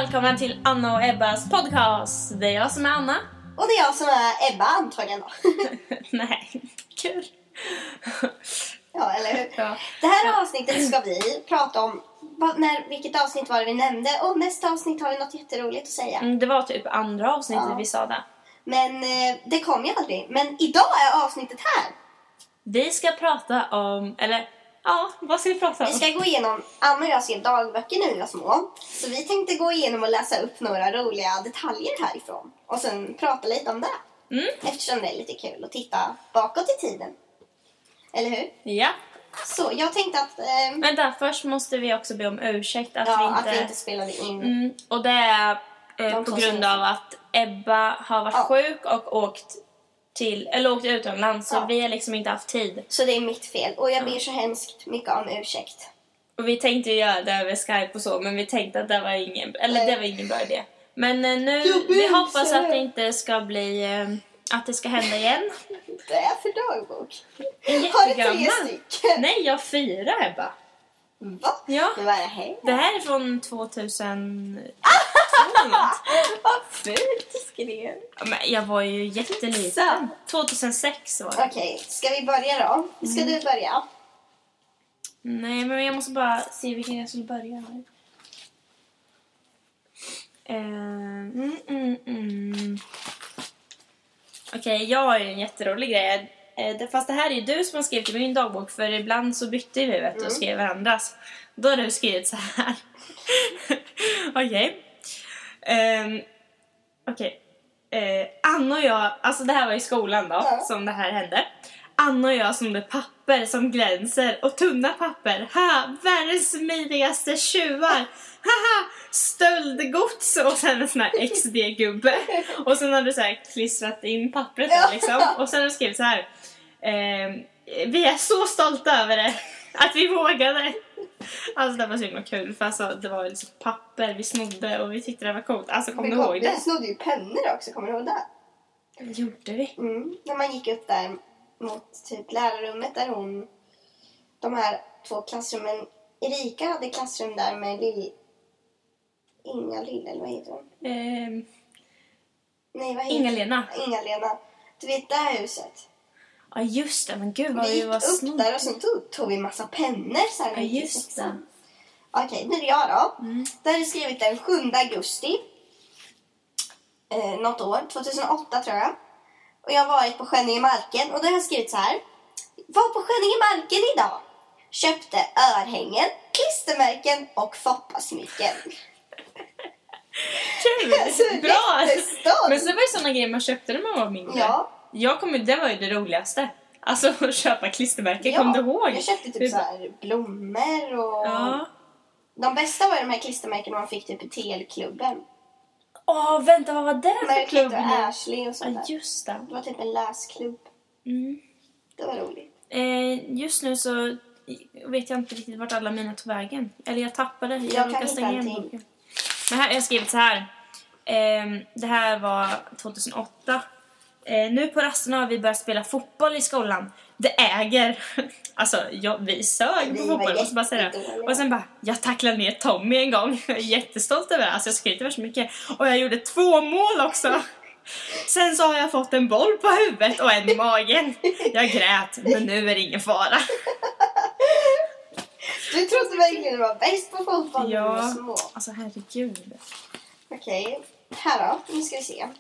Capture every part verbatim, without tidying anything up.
välkomna till Anna och Ebbas podcast. Det är jag som är Anna. Och det är jag som är Ebba, antagligen då. Nej, kul. Ja, eller hur? Ja. Det här avsnittet ska vi prata om. Vad, när, vilket avsnitt var det vi nämnde? Och nästa avsnitt har vi något jätteroligt att säga. Mm, det var typ andra avsnittet Ja. vi sa det. Men eh, det kom ju aldrig. Men idag är avsnittet här. Vi ska prata om, eller ja, vad ska vi prata om? Vi ska gå igenom, Anna och jag skrev dagböcker när vi var små. Så vi tänkte gå igenom och läsa upp några roliga detaljer härifrån. Och sen prata lite om det. Mm. Eftersom det är lite kul att titta bakåt i tiden. Eller hur? Ja. Så jag tänkte att... Eh, Vänta, först måste vi också be om ursäkt att, ja, vi, inte... att vi inte spelade in. Mm, och det är eh, De på två grund senaste. av att Ebba har varit Ja. sjuk och åkt till, eller åkt utomlands. Så Ja. vi har liksom inte haft tid. Så det är mitt fel. Och jag ber så hemskt mycket om ursäkt. Och vi tänkte ju göra det över Skype och så, men vi tänkte att det var ingen, eller Nej. det var ingen bra idé. Men eh, nu, Jag vi busar. hoppas att det inte ska bli, eh, att det ska hända igen. Det är för dagbok. En Har du tre jättegammal. stycken? Nej, jag har fyra, Ebba. Va? Ja. Men vad är det här? Det här är från tvåtusen. Vad fult du skrev. Ja, men jag var ju jätteliten. tvåtusensex var det. Okej, ska vi börja då? Ska Mm. du börja? Nej, men jag måste bara se vilken jag skulle börja här. Eh, mm, mm, mm. Okej, okay, jag har ju en jätterolig grej. Eh, det- fast det här är ju du som har skrivit i min dagbok. För ibland så bytte vi vet du, och Mm. skrev varandras. Då har du skrivit så här. Okej. Ehm, Okej. Eh, Anna och jag, alltså det här var i skolan då, Ja. som det här hände. Anna och jag som det papper som glänser och tunna papper. Ha, världens smidigaste tjuvar. Haha, stöldgods och sen en sån här X D-gubbe. Och sen har du så här klistrat in pappret där liksom. Och sen har du skrivit så här. Ehm, vi är så stolta över det. Att vi vågade. Alltså det var så himla kul. För alltså, det var liksom papper vi snodde och vi tyckte det var coolt. Alltså kom Men du kom, ihåg det? Vi snodde ju pennor också, kommer du ihåg det? Det gjorde vi. Mm. När man gick upp där mot typ lärarrummet där hon... De här två klassrummen... Erika hade klassrum där med Lill... Inga Lill, eller vad heter hon? Ehm, Nej, vad heter Inga-Lena. Inga-Lena. Du vet det här huset? Ja just det, men gud vad Vi vi gick var upp snodda. där och så tog, tog vi massa pennor så här. Ja just det. Okej, nu är det jag då. Mm. Där har jag skrivit den sjunde augusti. Eh, något år, tjugohundraåtta tror jag. Och jag har varit på Skänningemarken och då har jag skrivit så här. Var på Skänningemarken idag. Köpte örhängen, klistermärken och foppasmycken. Kul, Alltså, bra! jättestolt. Men så var det såna grejer man köpte när man var mindre. Ja. Jag kom, det var ju det roligaste. Alltså att köpa klistermärken, Ja, kom du ihåg? jag köpte typ Vi så bara- här blommor och... Ja. De bästa var ju de här klistermärken man fick typ i T L-klubben. Åh, vänta, vad var det för Med klubb? Kate och Ashley och sånt Ja, där. just det. Det var typ en läsklubb. Mm. Det var roligt. Eh, just nu så vet jag inte riktigt vart alla mina tog vägen. Eller jag tappade. Jag, Jag råkade kan stänga hitta en igen till. boken. Men här har jag skrivit så här. Ehm, det här var tjugohundraåtta. Eh, nu på rasterna har vi börjat spela fotboll i skolan. Det äger. Alltså, jag, vi sög Vi på var fotboll. Måste bara säga det. jättedåliga. Och sen bara, jag tacklade ner Tommy en gång. Jag är jättestolt över det. Alltså jag skryter så mycket. Och jag gjorde två mål också. Sen så har jag fått en boll på huvudet och en i magen. Jag grät, men nu är det ingen fara. Du trodde verkligen du var bäst på fotboll när du var Ja, små. alltså herregud. Okej, här då. Nu ska vi se.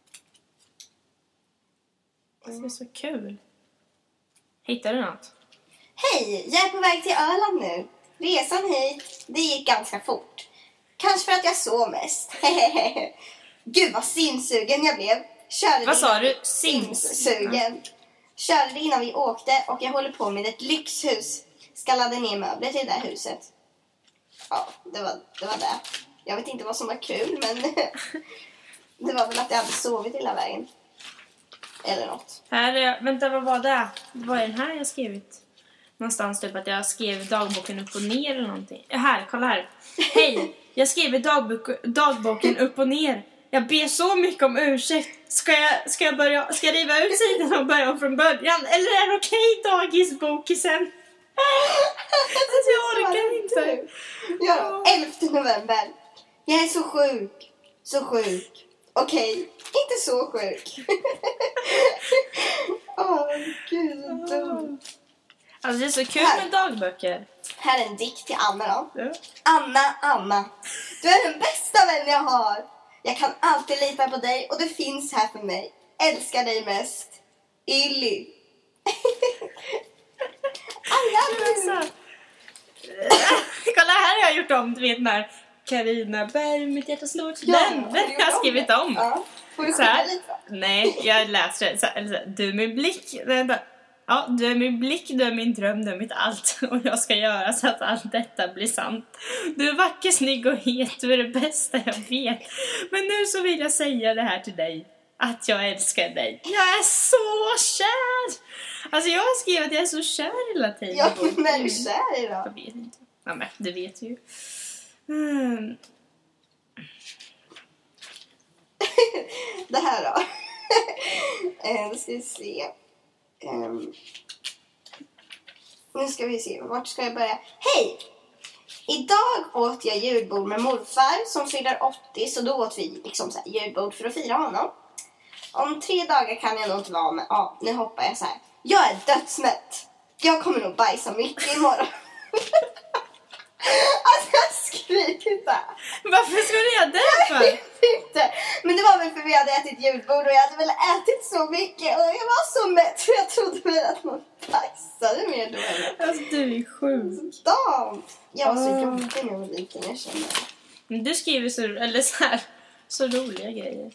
Det är så kul. Hittar du något? Hej, jag är på väg till Öland nu. Resan hit, det gick ganska fort. Kanske för att jag sov mest. Gud vad simsugen jag blev. Körde Vad det sa innan- du? Sims? Simsugen. Körde det innan vi åkte och jag håller på med ett lyxhus. Ska ladda ner möbler till det där huset. Ja, det var, det var det. Jag vet inte vad som var kul, men det var väl att jag hade sovit hela vägen. Eller något. Här är, vänta, vad var det? Vad är den här jag skrivit? Någonstans typ att jag skrev dagboken upp och ner eller någonting. Ja, här, kolla här. Hej, jag skriver dagbok, dagboken upp och ner. Jag ber så mycket om ursäkt. Ska jag, ska jag, börja, ska jag riva ut sidan och börja om från början? Eller är det okej, dagisbokisen? Alltså, jag orkar inte. Ja, elfte november. Jag är så sjuk. Så sjuk. Okej, okay. Inte så sjuk. Åh, oh, gud, så dumt. Alltså det är så kul här. Med dagböcker. Här är en dikt till Anna då. Ja. Anna, Anna. Du är den bästa vän jag har. Jag kan alltid lita på dig och du finns här för mig. Älskar dig mest. Illy. Alltså. Kolla, här har jag gjort om. Du vet när Carina Berg, mitt hjärta slår. Ja, den, den har jag skrivit om. Ja. Får du så här, lite? Nej, jag läser det. Så här, så här, du är min blick. Ja, du är min blick, du är min dröm, du är mitt allt. Och jag ska göra så att allt detta blir sant. Du är vacker, snygg och het. Du är det bästa jag vet. Men nu så vill jag säga det här till dig. Att jag älskar dig. Jag är så kär. Alltså jag har skrivit att jag är så kär hela tiden. Ja, men är du kär idag? Jag vet inte. Ja, men det vet ju. Mm. Det här då. eh, då ska vi se. Um, nu ska vi se. Vart ska jag börja? Hej! Idag åt jag julbord med morfar som fyller åttio. Så då åt vi liksom så här julbord för att fira honom. Om tre dagar kan jag nog inte vara med. Ja, nu hoppar jag så här. Jag är dödsmätt. Jag kommer nog bajsa mycket imorgon. Alltså jag har skrivit det. Varför skulle du göra det för? Jag vet inte. Men det var väl för vi hade ätit julbord och jag hade väl ätit så mycket. Och jag var så mätt för jag trodde väl att man bajsade mer då. Eller? Alltså du är sjuk. Damt. Jag var så oh. jobbig när jag var liten, jag känner. Men du skriver så, eller så här, så roliga grejer.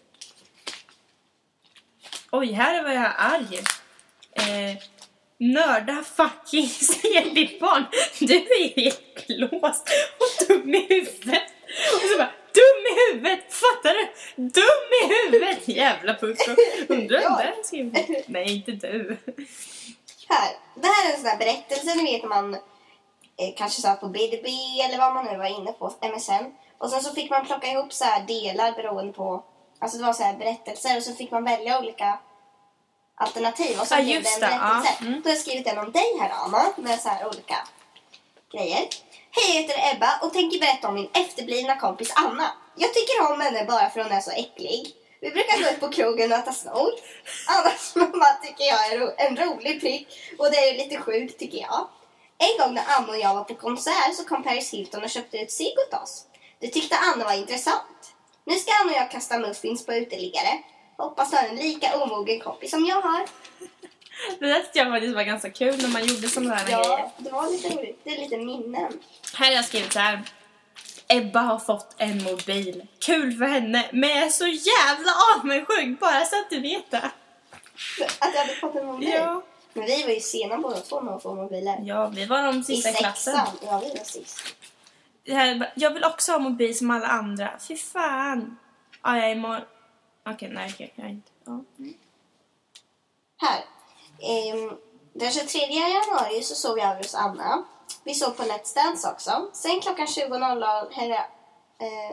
Oj, här är vad jag är arg. Eh, nörda fucking ser ditt barn. Du är helt låst och dum i huvudet. Och så bara, dum i huvudet, fattar du? Dum i huvudet, jävla pussel. Undrar om det skriver. Nej, inte du. Här, det här är en sån där berättelse, ni vet när man eh, kanske satt på B D B eller vad man nu var inne på, M S N. Och sen så fick man plocka ihop så här delar beroende på, alltså det var så här berättelser och så fick man välja olika alternativ och så ah, blev det en berättelse. Ja. Mm. Då har jag skrivit en om dig här, Anna, med så här olika grejer. Hej, jag heter Ebba och tänker berätta om min efterblivna kompis Anna. Jag tycker om henne bara för hon är så äcklig. Vi brukar gå ut på krogen och äta snor. Annas mamma tycker jag är ro- en rolig prick och det är lite sjukt tycker jag. En gång när Anna och jag var på konsert så kom Paris Hilton och köpte ut cigg åt oss. Det tyckte Anna var intressant. Nu ska Anna och jag kasta muffins på uteliggare. Hoppas ha en lika omogen kompis som jag har. Det där tyckte jag faktiskt var ganska kul när man gjorde sådana här ja, grejer. Ja, det var lite roligt. Det är lite minnen. Här har jag skrivit så här. Ebba har fått en mobil. Kul för henne, men jag är så jävla avundsjuk, bara så att du vet det. Att jag hade fått en mobil? Ja. Men vi var ju sena båda två med att få mobiler. Ja, vi var de sista i klassen. Ja, vi var sist. Jag vill också ha mobil som alla andra. Fy fan. Ja, jag är imorgon. Okej, okay, nej, jag kan inte. Ja. Mm. Här. Ehm, den tjugotredje januari så såg vi över hos Anna. Vi såg på Let's Dance också. Sen klockan tjugo noll noll här, eh,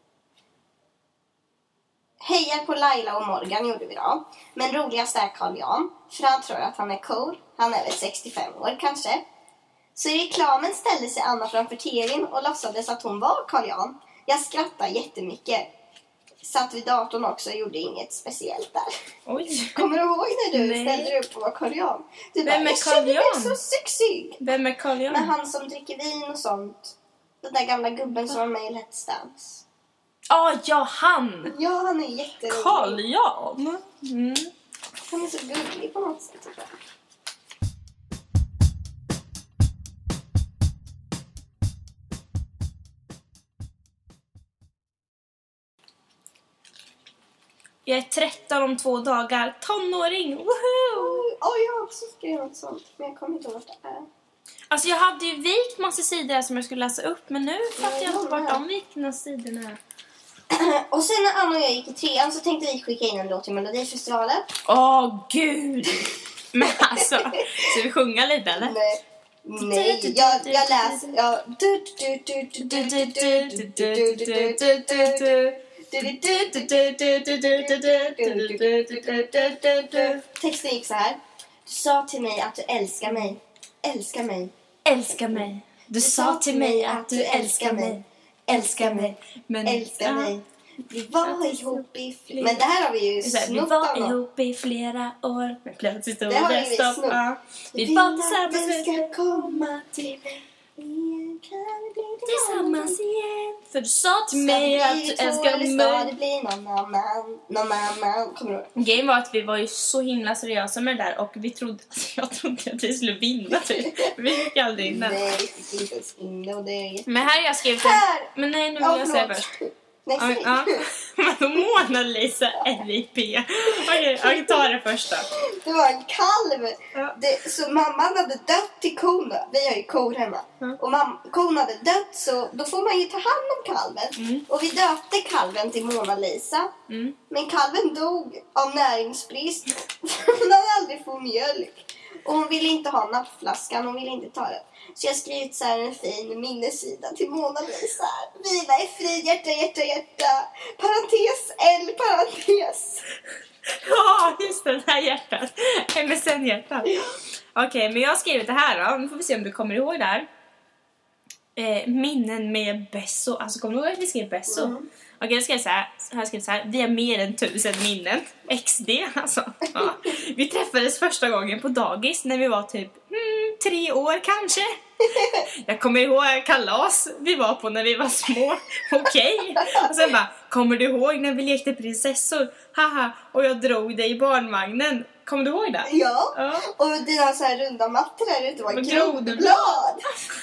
hejar på Laila och Morgan gjorde vi då. Men roligast är Carl Jan. För han tror att han är cool. Han är väl sextiofem år kanske. Så i reklamen ställde sig Anna framför tvn och låtsades att hon var Carl Jan. Jag skrattade jättemycket. Satt vid datorn också och gjorde inget speciellt där. Oj. Kommer du ihåg när du Nej. ställde dig upp och var Carl Jan? Du Vem bara, är jag Carl kände mig Jan? så sexig. Vem är Carl Jan? Men han som dricker vin och sånt. Den där gamla gubben som var med i Let's Dance. Ja, oh, ja, han! Ja, han är jätterolig. Carl Jan? Mm. Han är så gullig på något sätt. Typ. Jag är tretton om två dagar. Tonåring! Woohoo! Oj, oh, jag har också skrivit något sånt. Men jag kommer inte ihåg vad det är. Alltså jag hade ju vikt massa sidor som jag skulle läsa upp. Men nu fattar jag inte vart de vikna sidorna är. Och sen när Anna och jag gick i trean så tänkte vi skicka in en låt till Melodifestivalen. Åh, oh, gud! Men alltså, ska vi sjunga lite eller? Nej. Nej, jag, jag läser. Jag... Texten gick så här. Du sa till mig att du älskar mig. Älskar mig. Älskar mig. Du, du sa till mig att du älskar mig. älska mig, men, älska ja. mig. Vi var ihop i flera... Men det här har vi ju Såhär, vi snott var av någon. ihop i flera år. Men plötsligt stod Det har det ju vi stopp. snott. Ja. Vi Vill var att tillsammans. du ska komma till mig. Tillsammans igen. För du sa till Ska mig det att bli du två älskar eller ska det mig. bli någon annan? Någon annan? Kommer du ihåg? Grejen var att vi var ju så himla seriösa med det där. Och vi trodde, alltså jag trodde att vi skulle vinna typ. Vi fick aldrig vinna. Nej, vi fick inte ens in det och det är jätte... Men här har jag skrivit en... Här! Men nej, nu vill Ja, jag säga förlåt. först. Nej, Ja, säg. ja. Men då Mona Lisa L I P. Okej, jag tar det första. Det var en kalv. Ja. Det, så mamman hade dött till kon. Vi har ju kor hemma. Mm. Och mam, kon hade dött så då får man ju ta hand om kalven. Mm. Och vi döpte kalven till Mona Lisa. Mm. Men kalven dog av näringsbrist. Hon hade aldrig fått mjölk. Och hon ville inte ha nappflaskan. Hon ville inte ta den. Så jag har skrivit så här en fin minnessida till Mona Lisa. Vila i frid, hjärta, hjärta, hjärta. Parentes, L, parentes. Ja, just det, det här hjärtat. M S N-hjärtat. Okej, men jag har skrivit det här då. Nu får vi se om du kommer ihåg det här. Eh, minnen med Besso. Alltså, kommer du ihåg att vi skrev Besso? Mm. Okej, jag skrev så här. Jag skrev så här. Vi har mer än tusen minnen. X D, alltså. Ja. Vi träffades första gången på dagis när vi var typ hmm, tre år kanske. Jag kommer ihåg kalas vi var på när vi var små. Okej. Okay. Och sen bara, kommer du ihåg när vi lekte prinsessor? Haha, och jag drog dig i barnvagnen. Kommer du ihåg det? Ja, Ja. och dina så här runda mattor där ute var Men grodblad.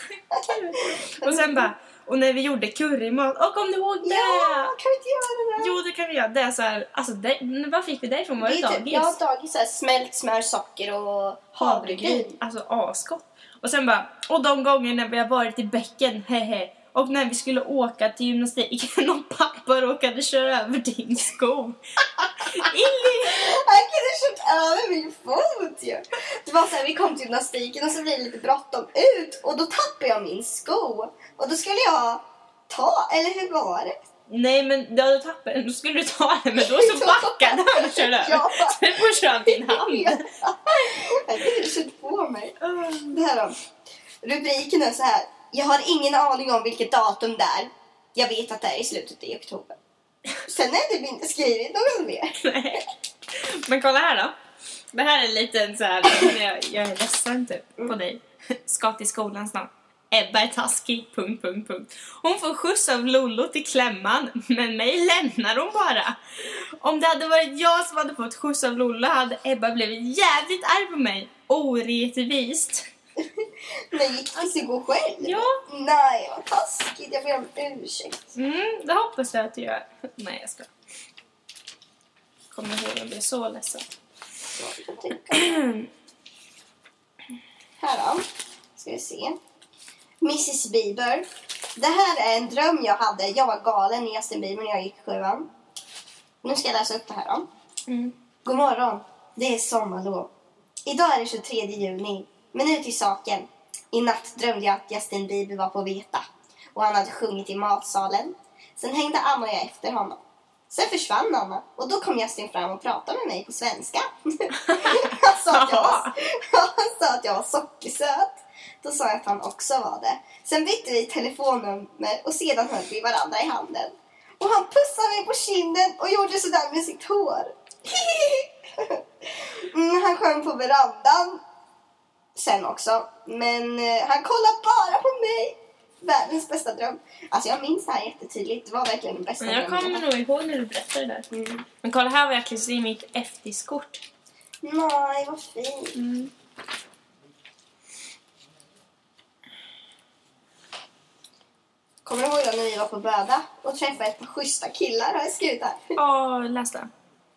Och sen bara, och när vi gjorde currymat. Och kom du ihåg det? Ja, kan vi inte göra det? Jo, det kan vi göra. Det är så här, alltså, det, vad fick vi därifrån? Var det, Det är typ- dagis? Ja, dagis. Så här, smält smör, socker och havregryn. Alltså asgott. Och sen bara, och de gånger när vi har varit i bäcken, hehe. Och när vi skulle åka till gymnastiken och pappa råkade köra över din sko. Illy! Han kunde kört över min fot ju. Det var så här, vi kom till gymnastiken och så blev det lite bråttom ut. Och då tappade jag min sko. Och då skulle jag ta, eller hur var det? Nej, men ja, du tappade den. Då skulle du ta den, men då så backade han och körde över. Ja. Så du får köra din hand. Jag kunde kört på mig. Det här då. Rubriken är så här. Jag har ingen aning om vilket datum det är. Jag vet att det är i slutet i oktober. Sen är det inte skrivit någon mer. Nej. Men kolla här då. Det här är lite så här, jag, jag är ledsen typ på dig. Ska till skolan snart. Ebba är taskig, punkt, punkt, punkt. Hon får skjuts av Lollo till klämman, men mig lämnar hon bara. Om det hade varit jag som hade fått skjuts av Lollo hade Ebba blivit jävligt arg på mig. Orättvist. Men gick det att gå själv? Ja. Nej, vad taskigt. Jag får göra en ursäkt. Mm, det hoppas jag att du gör. Nej, jag ska. Kommer ihåg, jag blir så ledsen. Jag tänka. Här då. Ska vi se. missus Bieber. Det här är en dröm jag hade. Jag var galen i Justin Bieber när jag gick i sjuan. Nu ska jag läsa upp det här då. Mm. God morgon. Det är sommarlov. Idag är det tjugotredje juni. Men nu till saken. I natt drömde jag att Justin Bieber var på Veta. Och han hade sjungit i matsalen. Sen hängde Anna och jag efter honom. Sen försvann Anna. Och då kom Justin fram och pratade med mig på svenska. han, sa att jag var, han sa att jag var sockersöt. Då sa jag att han också var det. Sen bytte vi telefonnummer och sedan höll vi varandra i handen. Och han pussade mig på kinden och gjorde sådär med sitt hår. mm, han sjöng på verandan sen också. Men eh, han kollade bara på mig. Världens bästa dröm. Alltså jag minns det här jättetydligt. Det var verkligen den bästa Men jag drömmen. kommer nog ihåg när du berättade det där. Mm. Men kolla här var jag klistrade i mitt efterskort. Nej, vad fint. Mm. Kommer du ihåg då när vi var på Böda och träffade ett par schyssta killar? Har jag skrivit här. Ja, läs det.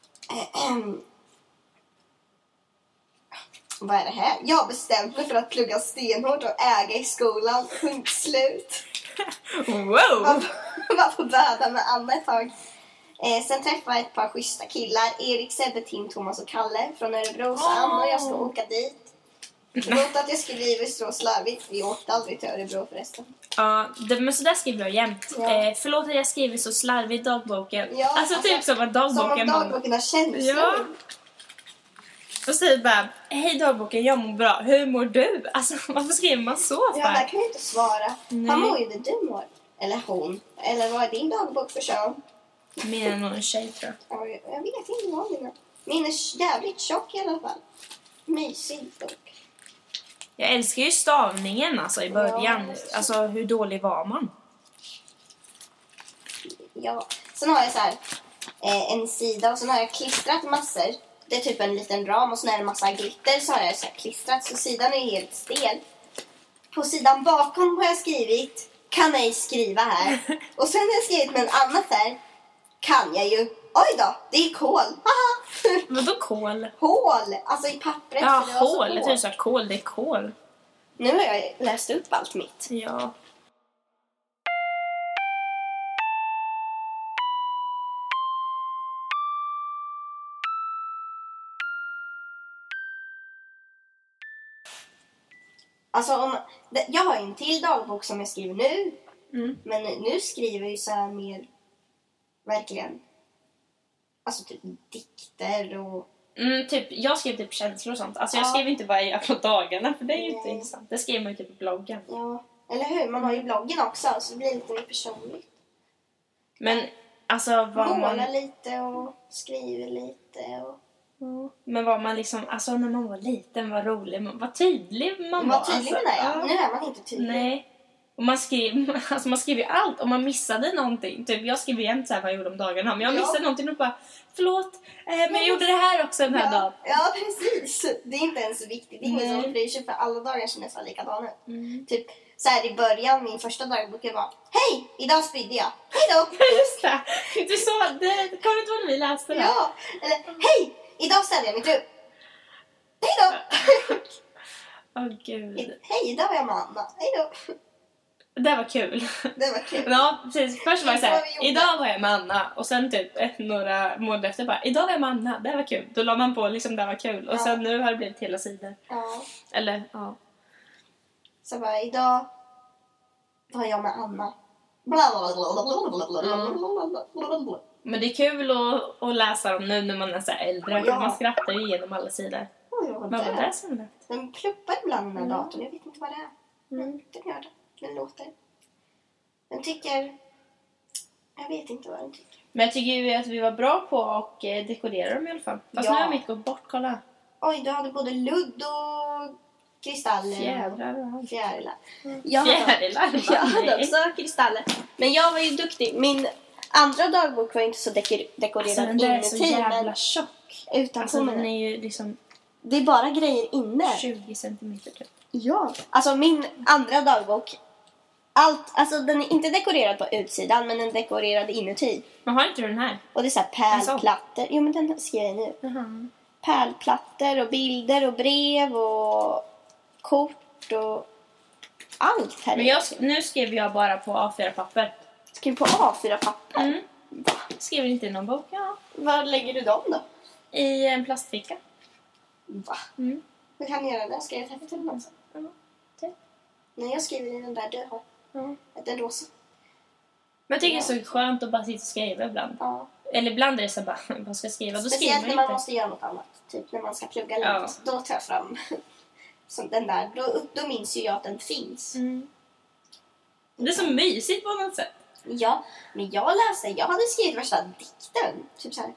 Vad är det här? Jag har bestämt mig för att plugga stenhårt och äga i skolan. Punkt slut. Wow! Var på, var på Böda med Anna ett tag. Eh, sen träffade jag ett par schyssta killar. Erik, Sebbe, Tim, Thomas och Kalle från Örebro. Så Anna och jag ska åka dit. Låt att jag skriver så slarvigt. Vi åkte aldrig till Örebro förresten. Ja, det, men så där skriver jag jämt. Ja. Eh, förlåt att jag skriver så slarvigt i dagboken. Ja, alltså, alltså, typ som att dagboken... Som om dagboken har känslor. Ja. Och säger bara, hej dagboken, jag mår bra. Hur mår du? Alltså, varför skriver man så för? Ja, där kan jag inte svara. Nej. Han mår ju det du mår. Eller hon. Eller vad är din dagbok för kön? Mer än någon tjej tror jag. Ja, jag vet inte vad mina. Min är jävligt tjock i alla fall. Mysig bok. Jag älskar ju stavningen alltså i början. Ja. Alltså hur dålig var man? Ja. Sen har jag så här eh, en sida och sen har jag klistrat massor. Det är typ en liten ram och sen är det en massa glitter så har jag så här klistrat så sidan är helt stel. På sidan bakom har jag skrivit kan ej skriva här. Och sen har jag skrivit med en annan färg. Kan jag ju. Oj då, det är kol. Haha. Vadå kol? Hål, alltså i pappret. Ja, för det var så hål. Jag hårt. tror du sa kol, det är kol. Nu har jag läst upp allt mitt. Ja. Alltså om, det, jag har en till dagbok som jag skriver nu. Mm. Men nu skriver jag ju så här mer verkligen. Alltså typ dikter och... Mm, typ, jag skrev typ känslor och sånt. Alltså jag Ja. skrev inte bara i på dagarna, för det är ju inte Nej. intressant. Det skrev man ju typ i bloggen. Ja, eller hur? Man har ju bloggen också så det blir lite mer personligt. Men alltså vad Målar man... lite och skriver lite och... Men var man liksom, alltså när man var liten, var rolig, man var tydlig man Man var. var tydlig alltså, med det, ja. ja. Nu är man inte tydlig. Nej. Och man skrev, alltså man skrev ju allt. Om man missade någonting. Typ, jag skrev jämt så här vad jag gjorde om dagarna. Men jag Ja. missade någonting och bara, förlåt. Eh, men jag gjorde det här också den här Ja, dagen. ja, precis. Det är inte ens så viktigt. Det är ingen Nej. som bryr sig för alla dagar känns nästan likadana ut. Mm. Typ så här i början, min första dagbok var hej, idag spydde jag. Hej då! Just det. Du så, det kommer inte vad vi läste det. Ja, eller hej, idag städade jag mitt rum. Hej då! Åh gud. Hej, idag var jag med Anna. Hej då! Det var kul. Det var kul. Ja, precis. Först var det så Det var här, vi gjorde. idag var jag med Anna. Och sen typ ett, några månader efter bara, idag var jag med Anna. Det var kul. Då la man på liksom, det var kul. Och Ja. sen nu har det blivit hela sidor. Ja, Eller, ja. så bara idag var jag med Anna. Bla, bla, bla, bla, bla, bla, bla, bla, bla, bla. Men det är kul att, att läsa dem nu när man är så här äldre. För Ja. man skrattar ju igenom alla sidor. Oj, vad Men var vad det? läser man det? Den pluppar ibland den här Mm. datorn. Jag vet inte vad det är. Men Mm. den gör det. Den låter. Den tycker... Jag vet inte vad den tycker. Men jag tycker ju att vi var bra på att eh, dekorera dem i alla fall. Fast Ja. nu har mitt gått bort, kolla. Oj, du hade både ludd och kristaller. Fjädrar och allt. Fjärilar. Mm. Jag hade, Fjärilar? jag hade Nej. också kristaller. Men jag var ju duktig. Min andra dagbok var inte så dekor- dekorerad Alltså den där är så inuti. jävla Men tjock. utanpå Alltså med den den. är ju liksom Det är bara grejer inne. tjugo centimeter typ. Ja. Alltså min andra dagbok. Allt, alltså den är inte dekorerad på utsidan men den är dekorerad inuti. Men har inte du den här? Och det är så här pärlplattor. Jo men den skriver jag nu. Jaha. Pärlplattor och bilder och brev och kort och allt här. Men jag, sk- nu skrev jag bara på A fyra-papper. Skriv på A fyra-papper. Mm. Va? Skriver inte i någon bok, ja. Var lägger du dem då? I en plastficka. Va? Mm. Hur kan jag göra det? Ska jag träffa till den också? Ja, typ. Nej, jag skriver i den där du har. Ja. Den rosa. Men jag tycker det är så skönt att bara sitta och skriva ibland. Ja. Eller ibland är det så bara, vad ska jag skriva? Då skriver Speciellt man när man inte. måste göra något annat. Typ när man ska plugga Ja. lite. Då tar jag fram som den där. Då, då minns ju jag att den finns. Mm. Det är så mysigt på något sätt. Ja, men jag läste. Jag hade skrivit värsta dikten. Typ så här.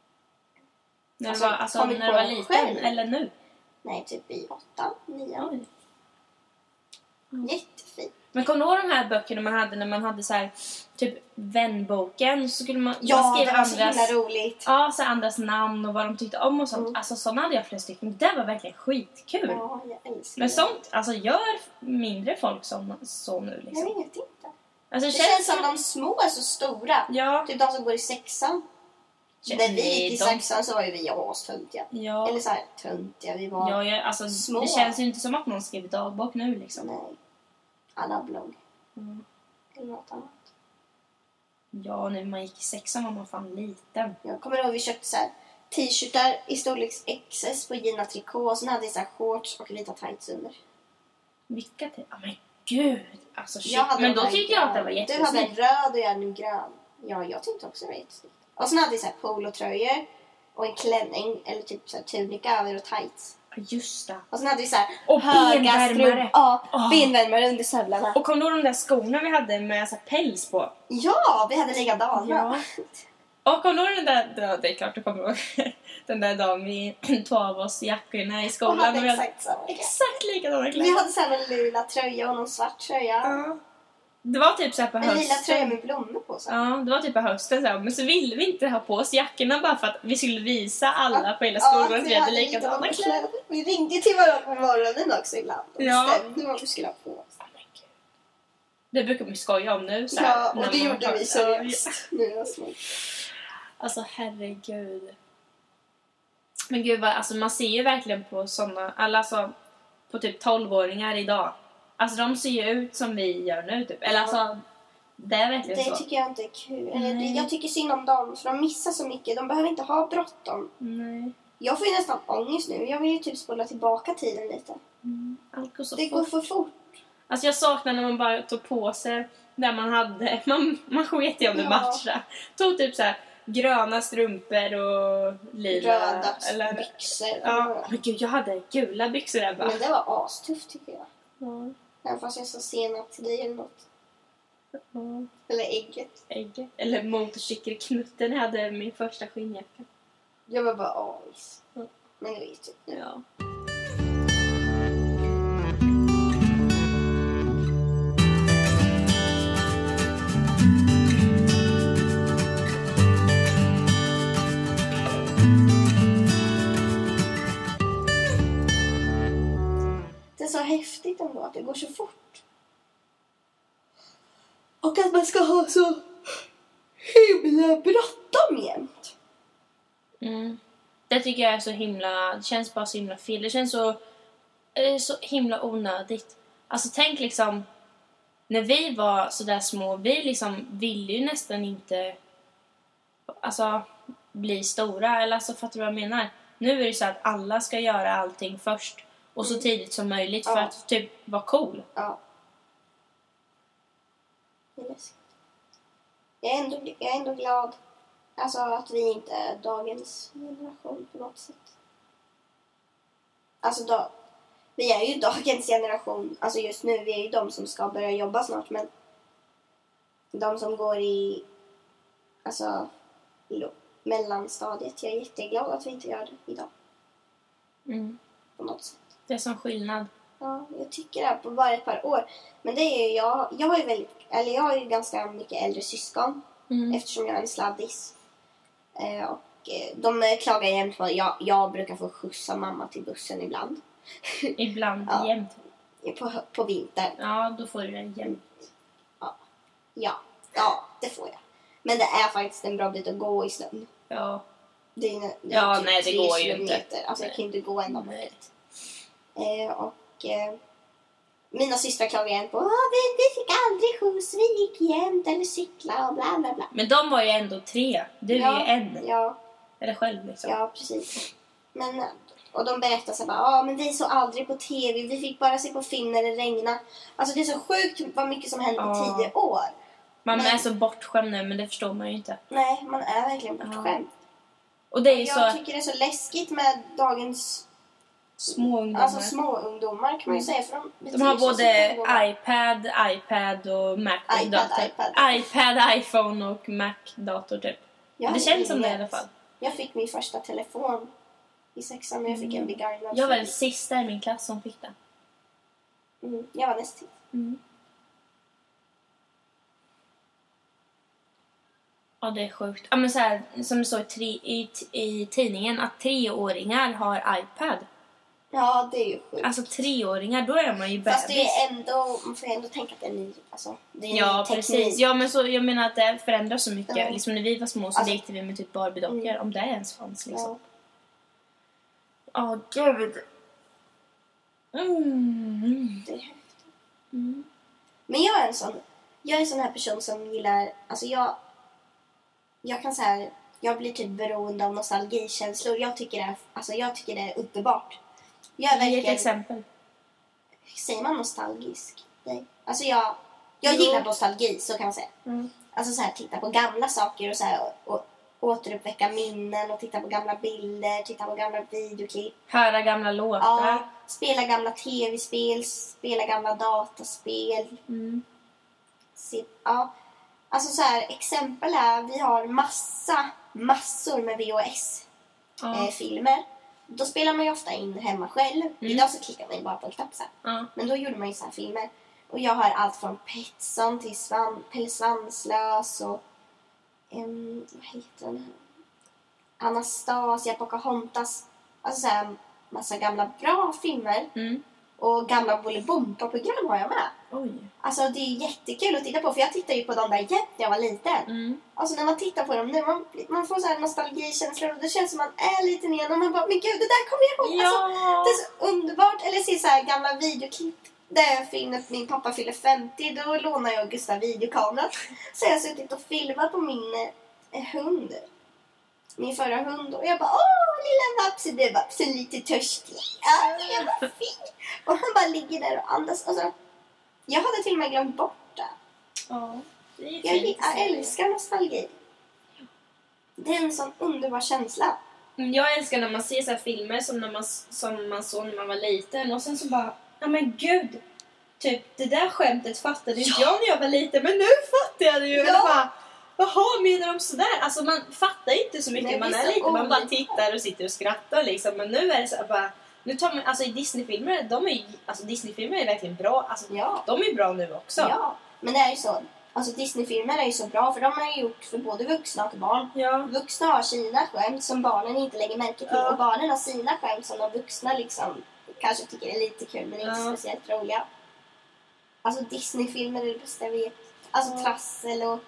När Alltså, du var, alltså, kommit när på du var den liten, själv. eller nu. Nej, typ i åtta, nio. Oj. Jättefint. Men kommer du ihåg de här böckerna man hade när man hade så här, typ vänboken? Så skulle man, man Ja, skrev det var så andras, himla roligt. ja, så här andras namn och vad de tyckte om och sånt. Mm. Alltså sådana hade jag flera stycken. Det var verkligen skitkul. Ja, jag älskar Men det. sånt, alltså gör mindre folk som, så nu liksom. Jag vet inte. Alltså, Det känns som de små är så stora. Ja. Typ de som går i sexan. Känns- När vi nej, gick i de- sexan så var ju vi astöntiga. Ja. Eller så här töntiga. Vi var... Ja, jag, alltså, små. det känns ju inte som att någon skriver dagbok nu liksom. Nej. Alla blogg. Mm. Eller något annat. Ja, när man gick i sexan var man fan liten. Jag kommer ihåg vi köpte så här t-shirtar i storleks X S på Gina Tricot. Och sen hade jag så här shorts och vita tights under. Vilka till? Ja, men gud. Alltså shit. Jag hade Men den då här tyckte jag att det var grön. Du jättesnyggt. hade en röd och jag hade en grön. Ja, jag tyckte också det var jättesnyggt. Och sen hade jag så här polotröjor och en klänning eller typ så här tunika över och tights. Just det. Och sen hade vi så här Och höga benvärmare. strumpor. Ja, Oh. benvärmare under stövlarna. Och kom du ihåg de där skorna vi hade med så här päls på? Ja, vi hade likadana. Ja. Och kom du ihåg den där, ja, det är klart du kommer ihåg, den där dagen vi tog av oss jackorna i Och skolan. hade och vi hade exakt samma. exakt likadana kläder. Vi hade så här en lila tröja och någon svart tröja. Ja. Det var typ så här på En hösten. lila tröja med blommor på sig. Ja, det var typ på hösten så här. Men så ville vi inte ha på oss jackorna bara för att vi skulle visa alla på hela skolan att vi hade likadana kläder. Vi ringde till varandra på morgonen också ibland och Ja. bestämde vad vi skulle ha på oss. Det brukar vi skoja om nu. Så här, Ja, och när det man gjorde har- vi seriöst. Nu är jag små. Alltså herregud. Men gud vad, alltså man ser ju verkligen på såna, alla alltså på typ tolvåringar idag. Alltså de ser ju ut som vi gör nu typ. Eller alltså, det är verkligen Det så. tycker jag inte är kul. Eller, det, Nej. jag tycker synd om dem för de missar så mycket. De behöver inte ha bråttom. Nej. Jag får ju nästan ångest nu. Jag vill ju typ spola tillbaka tiden lite. Mm. Allt går så Det fort. går för fort. Alltså jag saknar när man bara tog på sig där man hade, man, man sket i om det Ja. matchade. Tog typ så här gröna strumpor och lila. Röda eller, byxor. ja, men gud jag hade gula byxor där bara. Men det var astufft tycker jag. Ja, Även fast jag så senap till dig eller något. ja. Eller ägget. Ägget. Eller motorcykelknutten hade min första skinnjacka. Jag var bara avis. Mm. Men det vet du. Ja. Det är så häftigt ändå att det går så fort. Och att man ska ha så himla bråttom jämt. Mm. Det tycker jag är så himla, det känns bara så himla fel. Det känns så, eh, så himla onödigt. Alltså tänk liksom, när vi var så där små, vi liksom ville ju nästan inte alltså bli stora. Eller alltså fattar du vad jag menar? Nu är det så att alla ska göra allting först. Och så Mm. tidigt som möjligt för Ja. att typ vara cool. Ja. Det är läskigt. Jag är ändå, jag är ändå glad alltså, att vi inte är dagens generation på något sätt. Alltså då, vi är ju dagens generation. Alltså just nu, vi är ju de som ska börja jobba snart. Men de som går i alltså, lo- mellanstadiet. Jag är jätteglad att vi inte gör det idag. Mm. På något sätt. Det är som skillnad. Ja, jag tycker det på bara ett par år. Men det är ju jag. Jag har ju väldigt, eller jag har ju ganska mycket äldre syskon. Mm. Eftersom jag är en sladdis. Eh, och eh, de eh, klagar jämt på att jag, jag brukar få skjutsa mamma till bussen ibland. Ibland Ja. jämt. På, på vintern. Ja, då får du det jämt. Ja, ja, det får jag. Men det är faktiskt en bra bit att gå i snön. Ja. Det är, det är Ja, typ nej, det tre går ju kilometer. inte. Alltså jag kan ju inte gå ända bort Nej. dit. Eh, och eh, mina systrar klagar igen på att vi, vi fick aldrig skjuts, vi gick jämt eller cykla och bla bla bla. Men de var ju ändå tre. Du är ja, ju en. Ja, Eller själv liksom. ja, precis. Men, och de berättar så här bara, ja men vi såg aldrig på tv, vi fick bara se på film när det regnade. Alltså det är så sjukt vad mycket som händer på Ja. tio år. Man Men- är så bortskämd nu, men det förstår man ju inte. Nej, man är verkligen bortskämd. Och det är ju Jag så tycker det är så läskigt med dagens små ungdomar. alltså, små ungdomar kan man ju säga. För de, De har beter sig både som små. iPad, iPad och Mac. iPad, dator. iPad. iPad, iPhone och Mac-dator typ. Jag Det hade känns som det i inget. alla fall. Jag fick min första telefon i sexan när jag fick en begagnad. Jag var den sista i min klass som fick det. Mm, jag var näst till. Mm. Ja, det är sjukt. Ja, men så här, som det står i, tre, i, i tidningen, att treåringar har iPad. Ja, det är ju sjukt. Alltså treåringar, då är man ju bebis. Fast det är ändå, man får ju ändå tänka att det är ny, alltså, det är Ja, ny teknik. precis. Ja, men så, jag menar att det förändras så mycket. Ja. Liksom när vi var små så Alltså- lekte vi med typ Barbie-dockor. Mm. Om det ens fanns liksom. Ja, Åh, gud. Mm. det är häftigt. Mm. Men jag är en sån, jag är en sån här person som gillar, alltså jag, jag kan säga, jag blir typ beroende av nostalgikänslor. Jag tycker det är, alltså jag tycker det är uppenbart. Jag är Ge ett verkligen, exempel. säger man nostalgisk? Nej. Alltså jag, jag Jo. gillar nostalgi, så kan man säga. Mm. Alltså så här, titta på gamla saker och så här, och, och återuppväcka minnen och titta på gamla bilder, titta på gamla videoklipp. Höra gamla låtar. Ja, spela gamla tv-spel, spela gamla dataspel. Mm. Se, ja. Alltså så här, exempel är, vi har massa, massor med V H S-filmer. Ja. Eh, Då spelar man ju ofta in hemma själv. Mm. Idag så klickar man ju bara på en knapp så här. Ja. Men då gjorde man ju så här filmer. Och jag har allt från Petson till Svan, Pelle Svanslös och um, vad heter den här? Anastasia, Pocahontas. Alltså så här, massa gamla bra filmer. Mm. Och gamla Bolibompa-program har jag med. Oj. Alltså det är jättekul att titta på. För jag tittade ju på dem där jämt när jag var liten. Mm. Alltså när man tittar på dem nu, man, man får så här nostalgikänslor. Och det känns som man är lite ner. Och man bara, men gud, det där kommer jag ihåg. Ja. Alltså, det är så underbart. Eller se så här gamla videoklipp. Där jag finner att min pappa fyller femtio. Då lånar jag Gustav videokameran. Så jag har suttit och filmat på min eh, hund. Min förra hund. Och jag bara, åh lilla Vapsen. Det är Vapsen lite törstig. Ja, jag var fin. Och han bara ligger där och andas. Alltså, jag hade till och med glömt bort det. Ja, det är Jag, fint. jag älskar nostalgi. Det är en sån underbar känsla. Jag älskar när man ser så här filmer som, när man, som man såg när man var liten. Och sen så bara, ja men gud. Typ, det där skämtet fattade inte jag när jag var liten. Men nu fattar jag det ju. Ja. Eller bara, jaha, menar de sådär? Alltså man fattar inte så mycket. Nej, man det är är så liten, man bara olika. tittar och sitter och skrattar liksom. Men nu är det så här bara... Nu tar man, alltså i Disney-filmer, de är ju, alltså Disney-filmer är verkligen bra. Alltså, Ja. de är bra nu också. Ja, men det är ju så. Alltså Disney-filmer är ju så bra. För de har ju gjort för både vuxna och barn. Ja. Vuxna har sina skämt som barnen inte lägger märke till. Ja. Och barnen har sina skämt som de vuxna liksom kanske tycker är lite kul men inte Ja. speciellt roliga. Alltså Disney-filmer är det bästa jag vet. Alltså Ja. Trassel och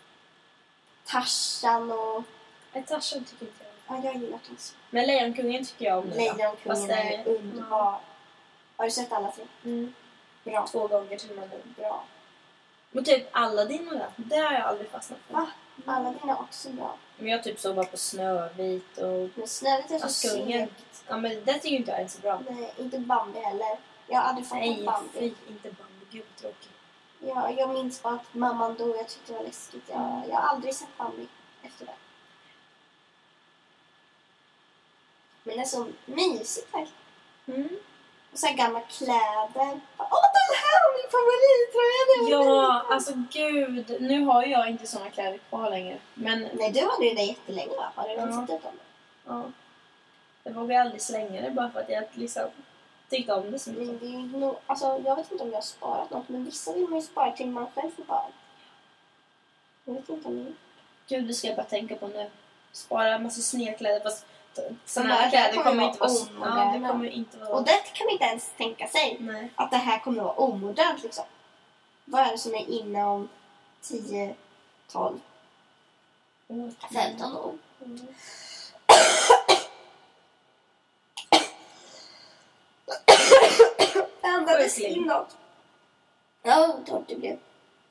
Tarzan och... Nej, Tarzan tycker inte jag. Ja, jag gillar Tarzan. Men Lejonkungen tycker jag om nu. då. Fast Lejonkungen det är underbar. Har du sett alla tre? Mm. Bra. Två gånger till och med nu. Bra. Men typ Aladdin och det. Det har jag aldrig fastnat för. Va? Alla dina är också bra. Men jag typ såg bara på Snövit och Men Snövit är så Askungen. segt. Ja men det tycker inte jag är så bra. Nej, inte Bambi heller. Jag har aldrig fått Nej, en Bambi. fy, inte Bambi. Gud tråkigt. Ja, jag minns bara att mamman dog. Jag tyckte det var läskigt. Jag, jag har aldrig sett Bambi efter det. Men det är så mysigt verkligen. Mm. Och så här gamla kläder. Åh, den här var min favorittröja. Ja, alltså gud. Nu har jag inte såna kläder kvar längre. Men Nej, du hade ju det jättelänge va? Har du Ja. sett ut om det? ja. Jag vågar aldrig slänga det bara för att jag liksom tyckte om det så mycket. Men det är ju nog, alltså, jag vet inte om jag har sparat något. Men vissa vill man ju spara till man själv får barn. Jag vet inte om det. Gud, det ska jag bara tänka på nu. Spara en massa snedkläder fast såna här här kläder kommer kommer vara inte vara... Ja, omoderna. det kommer inte vara... Och det kan man inte ens tänka sig. Nej. Att det här kommer att vara omodernt liksom. Vad är det som är inne om tio, tolv, femton år? Mm. Jag andades Verkligen. inåt. Ja, vad torrt det blev.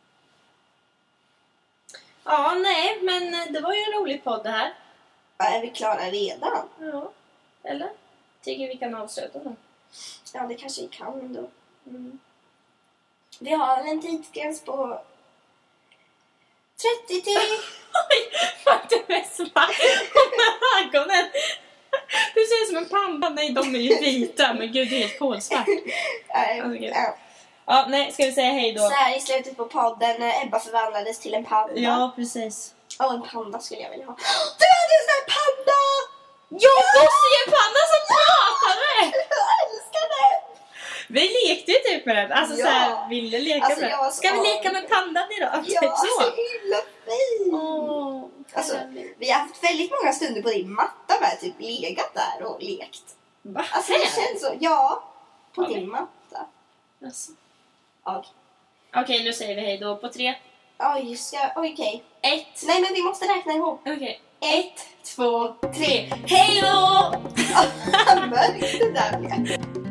Ja, nej, men det var ju en rolig podd det här. Ja, är vi klara redan? Ja, eller? Tycker vi kan avsluta nu. Ja, det kanske vi kan ändå. Mm. Vi har en tidsgräns på trettio till... Oj, vad du är svart med ögonen. Du ser ut som en panda. Nej, de är ju vita. Men gud, det är helt kolsvart. Äh, Okej. ja. Ja, nej, ska vi säga hej då? Så här i slutet på podden när Ebba förvandlades till en panda. Ja, precis. Och en panda skulle jag vilja ha. Du hade en sån här panda! Jag måste ju en panda som pratade! Jag älskar det! Vi lekte ju typ med den. Alltså Ja. så här, ville leka Alltså, med jag var den. så Ska vi leka arg. med pandan idag? Ja, Typ så. så himla fin! Åh, Alltså, härligt. vi har haft väldigt många stunder på din matta med typ legat där och lekt. Va? Alltså det känns så, ja, på Okej. din matta. Alltså. Ja. Okej, nu säger vi hej då på tre. Oj, ska, oj, okej. Ett. Nej, men vi måste räkna ihop. Okej. Ett, två, tre. Hej då! Mörkt det där blev.